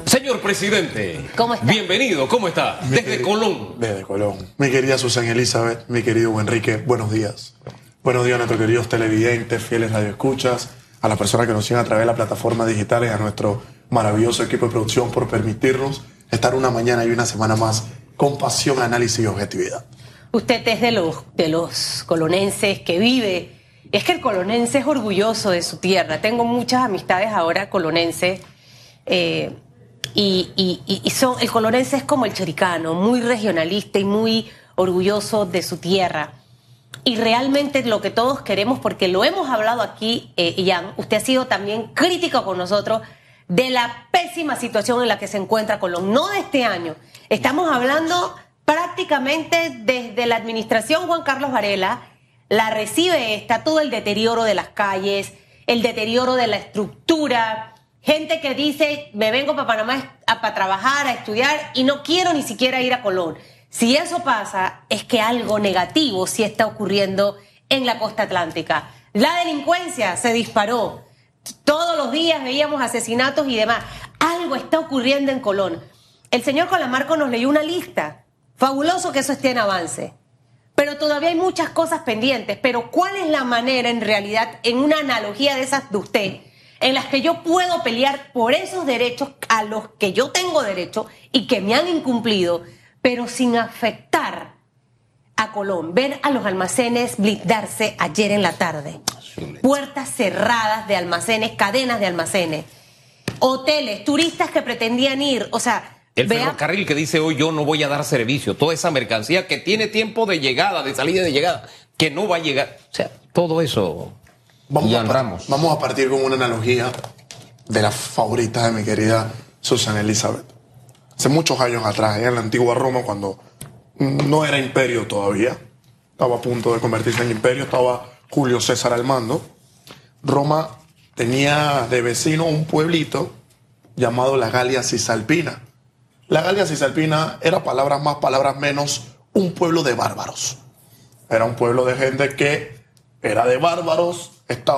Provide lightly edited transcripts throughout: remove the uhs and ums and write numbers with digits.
Señor presidente, ¿Cómo está? Bienvenido, ¿cómo está? Desde Colón. Desde Colón. Mi querida Susan Elizabeth, mi querido Enrique, buenos días. Buenos días a nuestros queridos televidentes, fieles radioescuchas, a las personas que nos siguen a través de las plataformas digitales, a nuestro maravilloso equipo de producción por permitirnos estar una mañana y una semana más con pasión, análisis y objetividad. Usted es de los colonenses que vive. Es que el colonense es orgulloso de su tierra. Tengo muchas amistades ahora colonenses. El colonense es como el choricano, muy regionalista y muy orgulloso de su tierra. Y realmente lo que todos queremos, porque lo hemos hablado aquí, Ian, usted ha sido también crítico con nosotros de la pésima situación en la que se encuentra Colón, no de este año. Estamos hablando prácticamente desde la administración Juan Carlos Varela, la recibe todo el deterioro de las calles, el deterioro de la estructura, gente que dice, me vengo para Panamá para trabajar, a estudiar y no quiero ni siquiera ir a Colón. Si eso pasa, es que algo negativo sí está ocurriendo en la costa atlántica. La delincuencia se disparó. Todos los días veíamos asesinatos y demás. Algo está ocurriendo en Colón. El señor Colamarco nos leyó una lista. Fabuloso que eso esté en avance. Pero todavía hay muchas cosas pendientes. Pero ¿cuál es la manera en realidad, en una analogía de esas de usted, en las que yo puedo pelear por esos derechos a los que yo tengo derecho y que me han incumplido, pero sin afectar a Colón? Ver a los almacenes blindarse ayer en la tarde. Puertas cerradas de almacenes, cadenas de almacenes, hoteles, turistas que pretendían ir, o sea... El ferrocarril que dice hoy yo no voy a dar servicio, toda esa mercancía que tiene tiempo de llegada, de salida y de llegada, que no va a llegar, o sea, todo eso... Vamos a partir con una analogía de las favoritas de mi querida Susan Elizabeth. Hace muchos años atrás, en la antigua Roma, cuando no era imperio todavía, estaba a punto de convertirse en imperio, estaba Julio César al mando. Roma tenía de vecino un pueblito llamado la Galia Cisalpina. La Galia Cisalpina era, palabras más, palabras menos, un pueblo de bárbaros. Era un pueblo de gente que era de bárbaros,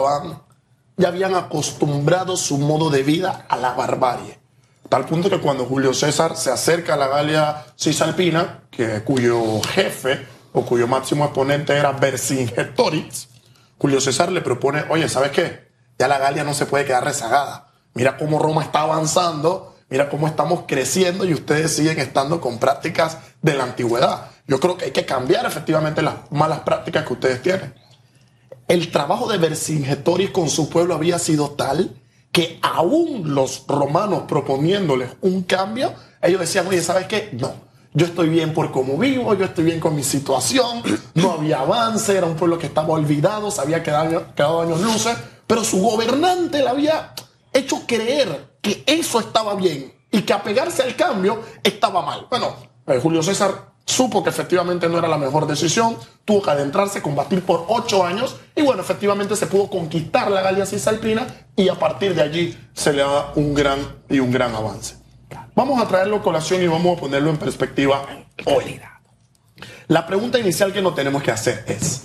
ya habían acostumbrado su modo de vida a la barbarie. Tal punto que cuando Julio César se acerca a la Galia Cisalpina, cuyo jefe o cuyo máximo exponente era Vercingetorix, Julio César le propone, oye, ¿sabes qué? Ya la Galia no se puede quedar rezagada. Mira cómo Roma está avanzando, mira cómo estamos creciendo y ustedes siguen estando con prácticas de la antigüedad. Yo creo que hay que cambiar efectivamente las malas prácticas que ustedes tienen. El trabajo de Vercingetorix con su pueblo había sido tal que aún los romanos proponiéndoles un cambio, ellos decían, oye, ¿sabes qué? No, yo estoy bien por cómo vivo, yo estoy bien con mi situación, no había avance, era un pueblo que estaba olvidado, se había quedado años luces, pero su gobernante le había hecho creer que eso estaba bien y que apegarse al cambio estaba mal. Bueno, Julio César supo que efectivamente no era la mejor decisión, tuvo que adentrarse, combatir por 8 años y bueno, efectivamente se pudo conquistar la Galia Cisalpina y a partir de allí se le da un gran avance. Vamos a traerlo a colación y vamos a ponerlo en perspectiva hoy. La pregunta inicial que nos tenemos que hacer es,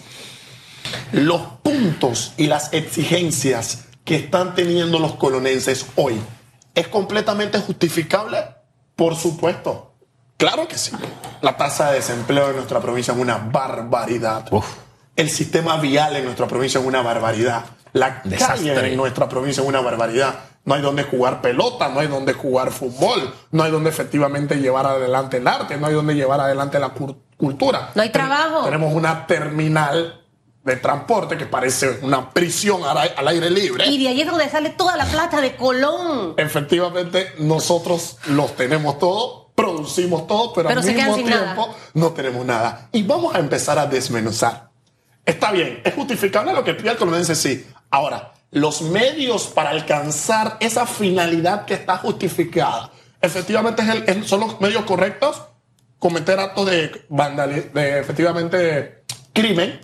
los puntos y las exigencias que están teniendo los colonenses hoy, ¿es completamente justificable? Por supuesto. Claro que sí. La tasa de desempleo en nuestra provincia es una barbaridad. El sistema vial en nuestra provincia es una barbaridad. La calle en nuestra provincia es una barbaridad. No hay donde jugar pelota, no hay donde jugar fútbol, no hay donde efectivamente llevar adelante el arte, no hay donde llevar adelante la cultura. No hay trabajo. Tenemos una terminal de transporte que parece una prisión al aire libre. Y de ahí es donde sale toda la plata de Colón. Efectivamente, nosotros los tenemos todos, producimos todo, pero al mismo tiempo no tenemos nada. Y vamos a empezar a desmenuzar. Está bien, es justificable lo que pide el colonense, sí. Ahora, los medios para alcanzar esa finalidad que está justificada, efectivamente son los medios correctos, cometer actos de efectivamente crimen,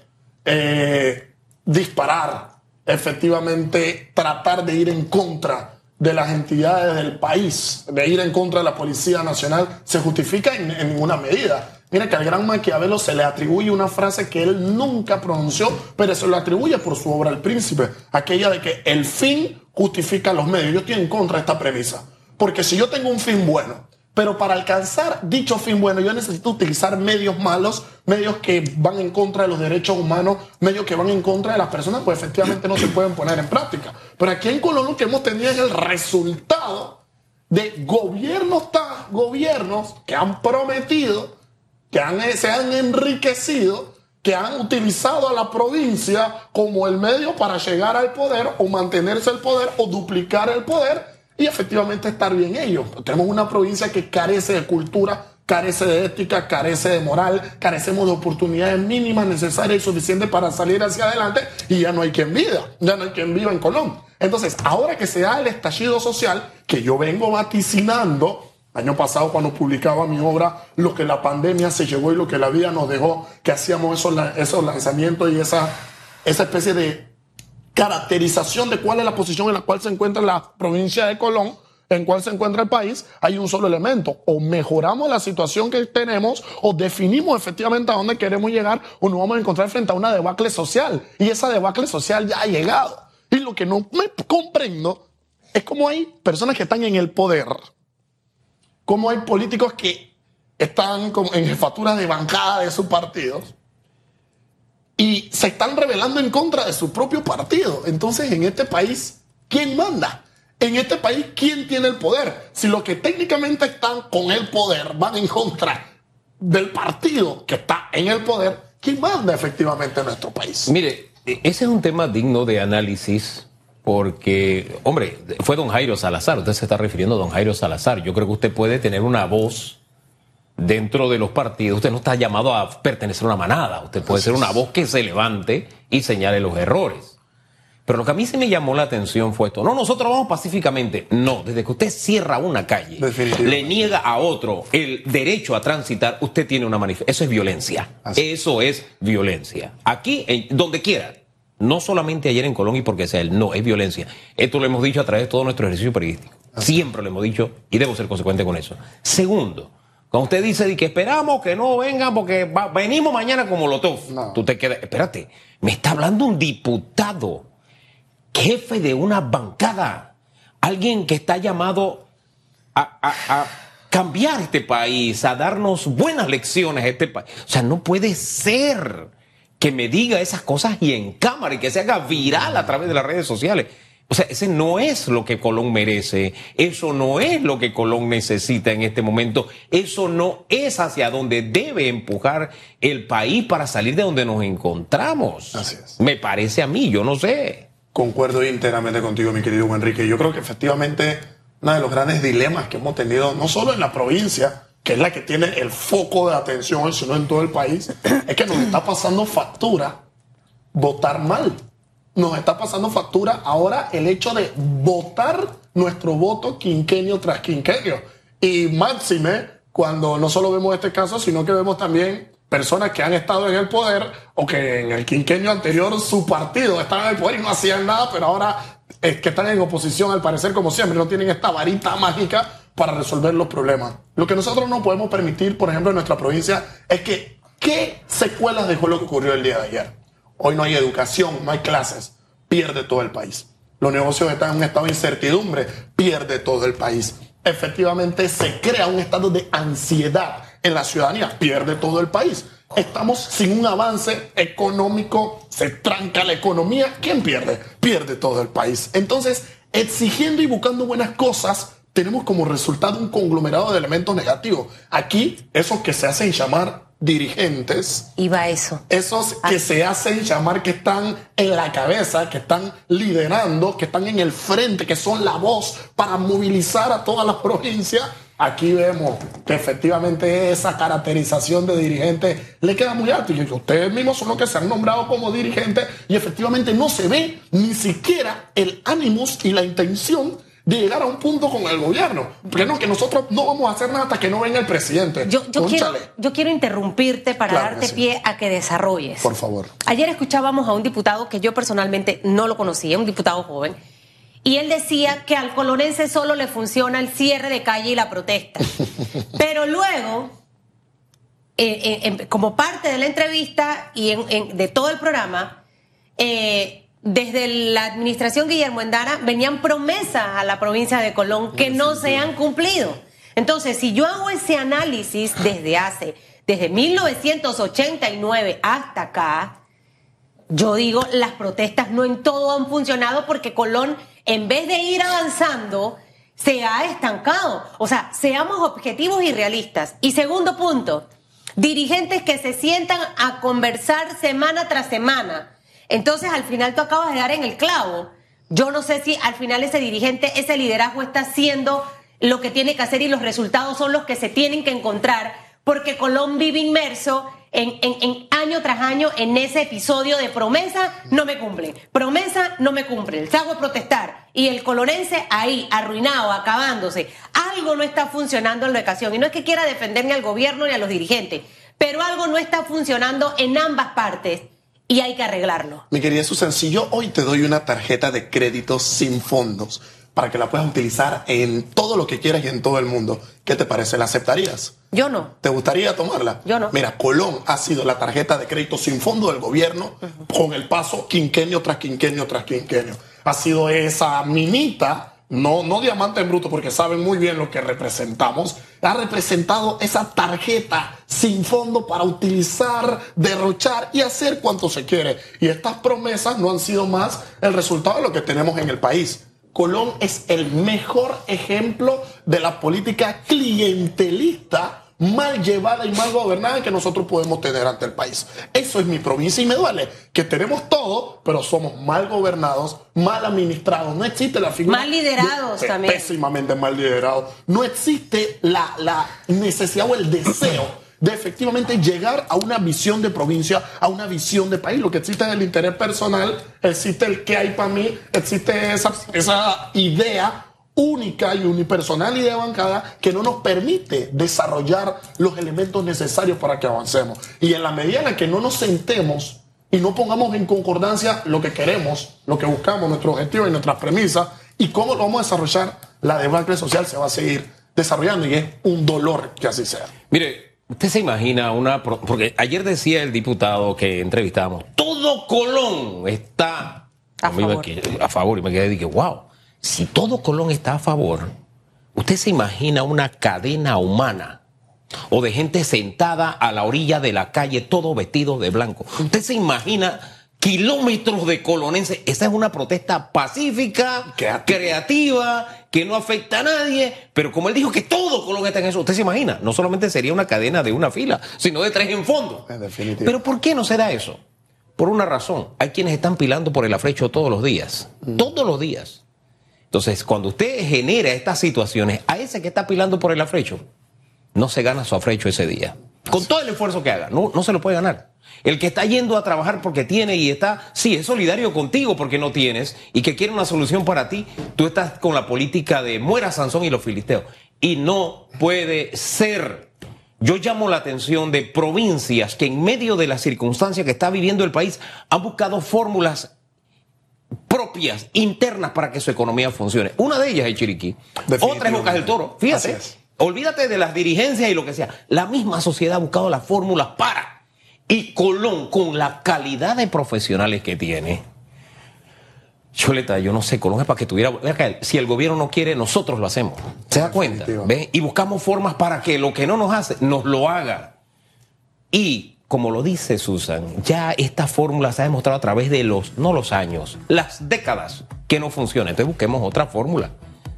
disparar, efectivamente tratar de ir en contra de las entidades del país, de ir en contra de la Policía Nacional, se justifica en ninguna medida. Mira que al gran Maquiavelo se le atribuye una frase que él nunca pronunció, pero se lo atribuye por su obra El Príncipe, aquella de que el fin justifica los medios. Yo estoy en contra de esta premisa, Porque si yo tengo un fin bueno, pero para alcanzar dicho fin bueno, yo necesito utilizar medios malos, medios que van en contra de los derechos humanos, medios que van en contra de las personas, pues efectivamente no se pueden poner en práctica. Pero aquí en Colombia lo que hemos tenido es el resultado de gobiernos que han prometido, se han enriquecido, que han utilizado a la provincia como el medio para llegar al poder o mantenerse el poder o duplicar el poder y efectivamente estar bien ellos. Tenemos una provincia que carece de cultura, carece de ética, carece de moral, carecemos de oportunidades mínimas necesarias y suficientes para salir hacia adelante y ya no hay quien viva en Colombia. Entonces, ahora que se da el estallido social, que yo vengo vaticinando, año pasado cuando publicaba mi obra, lo que la pandemia se llevó y lo que la vida nos dejó, que hacíamos esos lanzamientos y esa especie de caracterización de cuál es la posición en la cual se encuentra la provincia de Colón, en cuál se encuentra el país, hay un solo elemento: o mejoramos la situación que tenemos, o definimos efectivamente a dónde queremos llegar, o nos vamos a encontrar frente a una debacle social, y esa debacle social ya ha llegado. Y lo que no me comprendo es cómo hay personas que están en el poder, cómo hay políticos que están en jefaturas de bancada de sus partidos y se están rebelando en contra de su propio partido. Entonces, en este país, ¿quién manda? En este país, ¿quién tiene el poder? Si los que técnicamente están con el poder van en contra del partido que está en el poder, ¿quién manda efectivamente en nuestro país? Mire, ese es un tema digno de análisis porque, hombre, fue don Jairo Salazar, usted se está refiriendo a don Jairo Salazar. Yo creo que usted puede tener una voz dentro de los partidos. Usted no está llamado a pertenecer a una manada. Usted puede ser una voz que se levante y señale los errores. Pero lo que a mí se me llamó la atención fue esto. No, nosotros vamos pacíficamente. No, desde que usted cierra una calle, le niega a otro el derecho a transitar, usted tiene una manifestación. Eso es violencia. Eso es violencia. Aquí, donde quiera. No solamente ayer en Colón y porque sea él. No, es violencia. Esto lo hemos dicho a través de todo nuestro ejercicio periodístico. Siempre lo hemos dicho y debo ser consecuente con eso. Segundo, cuando usted dice que esperamos que no vengan porque venimos mañana como Lotov, no. Tú te quedas, espérate, me está hablando un diputado, jefe de una bancada, alguien que está llamado a cambiar este país, a darnos buenas lecciones a este país. O sea, no puede ser que me diga esas cosas y en cámara y que se haga viral a través de las redes sociales. O sea, ese no es lo que Colón merece, eso no es lo que Colón necesita en este momento, eso no es hacia donde debe empujar el país para salir de donde nos encontramos. Así es. Me parece a mí, yo no sé. Concuerdo íntegramente contigo, mi querido Enrique. Yo creo que efectivamente uno de los grandes dilemas que hemos tenido, no solo en la provincia, que es la que tiene el foco de atención, sino en todo el país, es que nos está pasando factura votar mal. Nos está pasando factura ahora el hecho de votar nuestro voto quinquenio tras quinquenio. Y máxime, cuando no solo vemos este caso, sino que vemos también personas que han estado en el poder o que en el quinquenio anterior su partido estaba en el poder y no hacían nada, pero ahora es que están en oposición, al parecer, como siempre, no tienen esta varita mágica para resolver los problemas. Lo que nosotros no podemos permitir, por ejemplo, en nuestra provincia, es que ¿qué secuelas dejó lo que ocurrió el día de ayer? Hoy no hay educación, no hay clases, pierde todo el país. Los negocios están en un estado de incertidumbre, pierde todo el país. Efectivamente, se crea un estado de ansiedad en la ciudadanía, pierde todo el país. Estamos sin un avance económico, se tranca la economía. ¿Quién pierde? Pierde todo el país. Entonces, exigiendo y buscando buenas cosas, tenemos como resultado un conglomerado de elementos negativos. Aquí, esos que se hacen llamar dirigentes. Iba eso. Esos que se hacen llamar, que están en la cabeza, que están liderando, que están en el frente, que son la voz para movilizar a todas las provincias. Aquí vemos que efectivamente esa caracterización de dirigente le queda muy alto. Y ustedes mismos son los que se han nombrado como dirigentes y efectivamente no se ve ni siquiera el ánimos y la intención de llegar a un punto con el gobierno. Porque no, que nosotros no vamos a hacer nada hasta que no venga el presidente. Yo quiero interrumpirte para darte pie a que desarrolles. Por favor. Ayer escuchábamos a un diputado que yo personalmente no lo conocía, un diputado joven, y él decía que al colonense solo le funciona el cierre de calle y la protesta. Pero luego, como parte de la entrevista y de todo el programa, desde la administración Guillermo Endara venían promesas a la provincia de Colón que no se han cumplido. Entonces, si yo hago ese análisis desde 1989 hasta acá, yo digo, las protestas no en todo han funcionado porque Colón, en vez de ir avanzando, se ha estancado. O sea, seamos objetivos y realistas. Y segundo punto, dirigentes que se sientan a conversar semana tras semana. Entonces, al final tú acabas de dar en el clavo. Yo no sé si al final ese dirigente, ese liderazgo está haciendo lo que tiene que hacer y los resultados son los que se tienen que encontrar, porque Colón vive inmerso en año tras año en ese episodio de promesa no me cumple, promesa no me cumple, salgo a protestar y el colonense ahí arruinado, acabándose. Algo no está funcionando en la ocasión y no es que quiera defender ni al gobierno ni a los dirigentes, pero algo no está funcionando en ambas partes y hay que arreglarlo. Mi querida Susan, si yo hoy te doy una tarjeta de crédito sin fondos para que la puedas utilizar en todo lo que quieras y en todo el mundo, ¿qué te parece? ¿La aceptarías? Yo no. ¿Te gustaría tomarla? Yo no. Mira, Colón ha sido la tarjeta de crédito sin fondo del gobierno con el paso quinquenio tras quinquenio tras quinquenio. Ha sido esa minita, no diamante en bruto, porque saben muy bien lo que representamos. Ha representado esa tarjeta sin fondo para utilizar, derrochar y hacer cuanto se quiere. Y estas promesas no han sido más el resultado de lo que tenemos en el país. Colón es el mejor ejemplo de la política clientelista mal llevada y mal gobernada que nosotros podemos tener ante el país. Eso es mi provincia y me duele que tenemos todo, pero somos mal gobernados, mal administrados. No existe la figura... Mal liderados también. Pésimamente mal liderados. No existe la necesidad o el deseo de efectivamente llegar a una visión de provincia, a una visión de país. Lo que existe es el interés personal, existe el qué hay para mí, existe esa idea única y unipersonal y de bancada que no nos permite desarrollar los elementos necesarios para que avancemos. Y en la medida en la que no nos sentemos y no pongamos en concordancia lo que queremos, lo que buscamos, nuestro objetivo y nuestras premisas, y cómo lo vamos a desarrollar, la debacle social se va a seguir desarrollando y es un dolor que así sea. Mire, usted se imagina porque ayer decía el diputado que entrevistamos, todo Colón está a favor, y me quedé y dije, wow, si todo Colón está a favor, usted se imagina una cadena humana o de gente sentada a la orilla de la calle, todo vestido de blanco. Usted se imagina kilómetros de colonenses. Esa es una protesta pacífica, creativa, que no afecta a nadie, pero como él dijo que todo Colón está en eso, usted se imagina, no solamente sería una cadena de una fila, sino de tres en fondo. En definitiva. Pero ¿por qué no se da eso? Por una razón, hay quienes están pilando por el afrecho todos los días, todos los días. Entonces, cuando usted genera estas situaciones, a ese que está pilando por el afrecho, no se gana su afrecho ese día. Con todo el esfuerzo que haga, no se lo puede ganar. El que está yendo a trabajar porque tiene y está, sí, es solidario contigo porque no tienes y que quiere una solución para ti, tú estás con la política de muera Sansón y los filisteos. Y no puede ser. Yo llamo la atención de provincias que en medio de las circunstancias que está viviendo el país han buscado fórmulas propias, internas para que su economía funcione. Una de ellas es Chiriquí, otra es Bocas del Toro. Fíjate, olvídate de las dirigencias y lo que sea. La misma sociedad ha buscado las fórmulas para. Y Colón, con la calidad de profesionales que tiene, Choleta, yo no sé, Colón es para que tuviera... Si el gobierno no quiere, nosotros lo hacemos. ¿Se da cuenta? ¿Ve? Y buscamos formas para que lo que no nos hace, nos lo haga. Y, como lo dice Susan, ya esta fórmula se ha demostrado a través de no los años, las décadas, que no funciona. Entonces busquemos otra fórmula.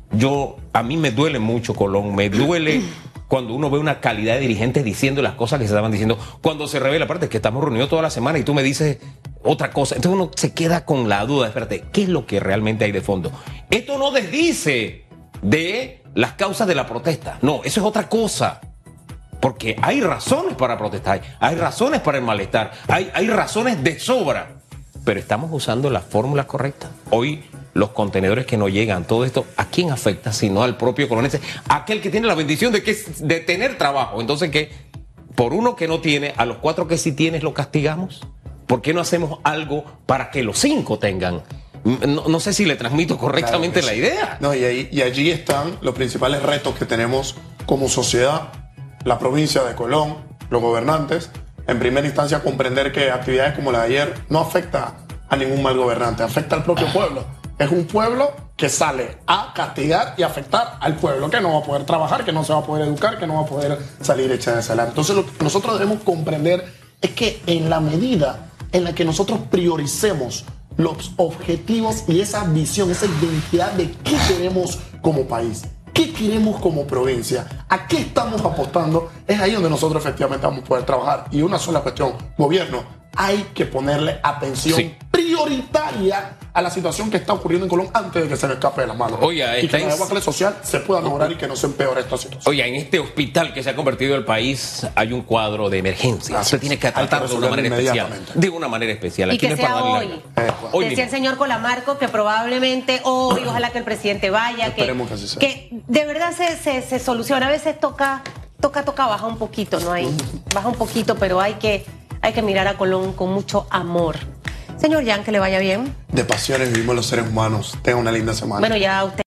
A mí me duele mucho Colón, me duele cuando uno ve una calidad de dirigentes diciendo las cosas que se estaban diciendo. Cuando se revela, aparte, que estamos reunidos toda la semana y tú me dices otra cosa. Entonces uno se queda con la duda, espérate, ¿qué es lo que realmente hay de fondo? Esto no desdice de las causas de la protesta. No, eso es otra cosa. Porque hay razones para protestar, hay razones para el malestar, hay razones de sobra. Pero estamos usando las fórmulas correctas. Hoy los contenedores que no llegan, todo esto, ¿a quién afecta? Sino al propio colonense, aquel que tiene la bendición de tener trabajo. Entonces, ¿qué? Por uno que no tiene, a los 4 que sí tienes lo castigamos. ¿Por qué no hacemos algo para que los 5 tengan? No sé si le transmito correctamente la idea. No, y allí están los principales retos que tenemos como sociedad, la provincia de Colón, los gobernantes. En primera instancia, comprender que actividades como la de ayer no afecta a ningún mal gobernante, afecta al propio pueblo. Es un pueblo que sale a castigar y afectar al pueblo, que no va a poder trabajar, que no se va a poder educar, que no va a poder salir hecha de ese lado. Entonces lo que nosotros debemos comprender es que en la medida en la que nosotros prioricemos los objetivos y esa visión, esa identidad de qué queremos como país, qué queremos como provincia, a qué estamos apostando, es ahí donde nosotros efectivamente vamos a poder trabajar. Y una sola cuestión, gobierno, hay que ponerle atención prioritaria a la situación que está ocurriendo en Colón antes de que se le escape de las manos. Oiga, y que la debacle social se pueda mejorar y que no se empeore esta situación. Oiga, en este hospital que se ha convertido el país hay un cuadro de emergencia. Usted tiene que tratar de una manera especial. De una manera especial. Y que sea hoy. Hoy decía el señor Colamarco que probablemente hoy, ojalá que el presidente vaya, esperemos que así sea. Que de verdad se soluciona. A veces toca baja un poquito, ¿no? Baja un poquito, pero hay que mirar a Colón con mucho amor. Señor Jan, que le vaya bien. De pasiones vivimos los seres humanos. Tenga una linda semana. Bueno, ya usted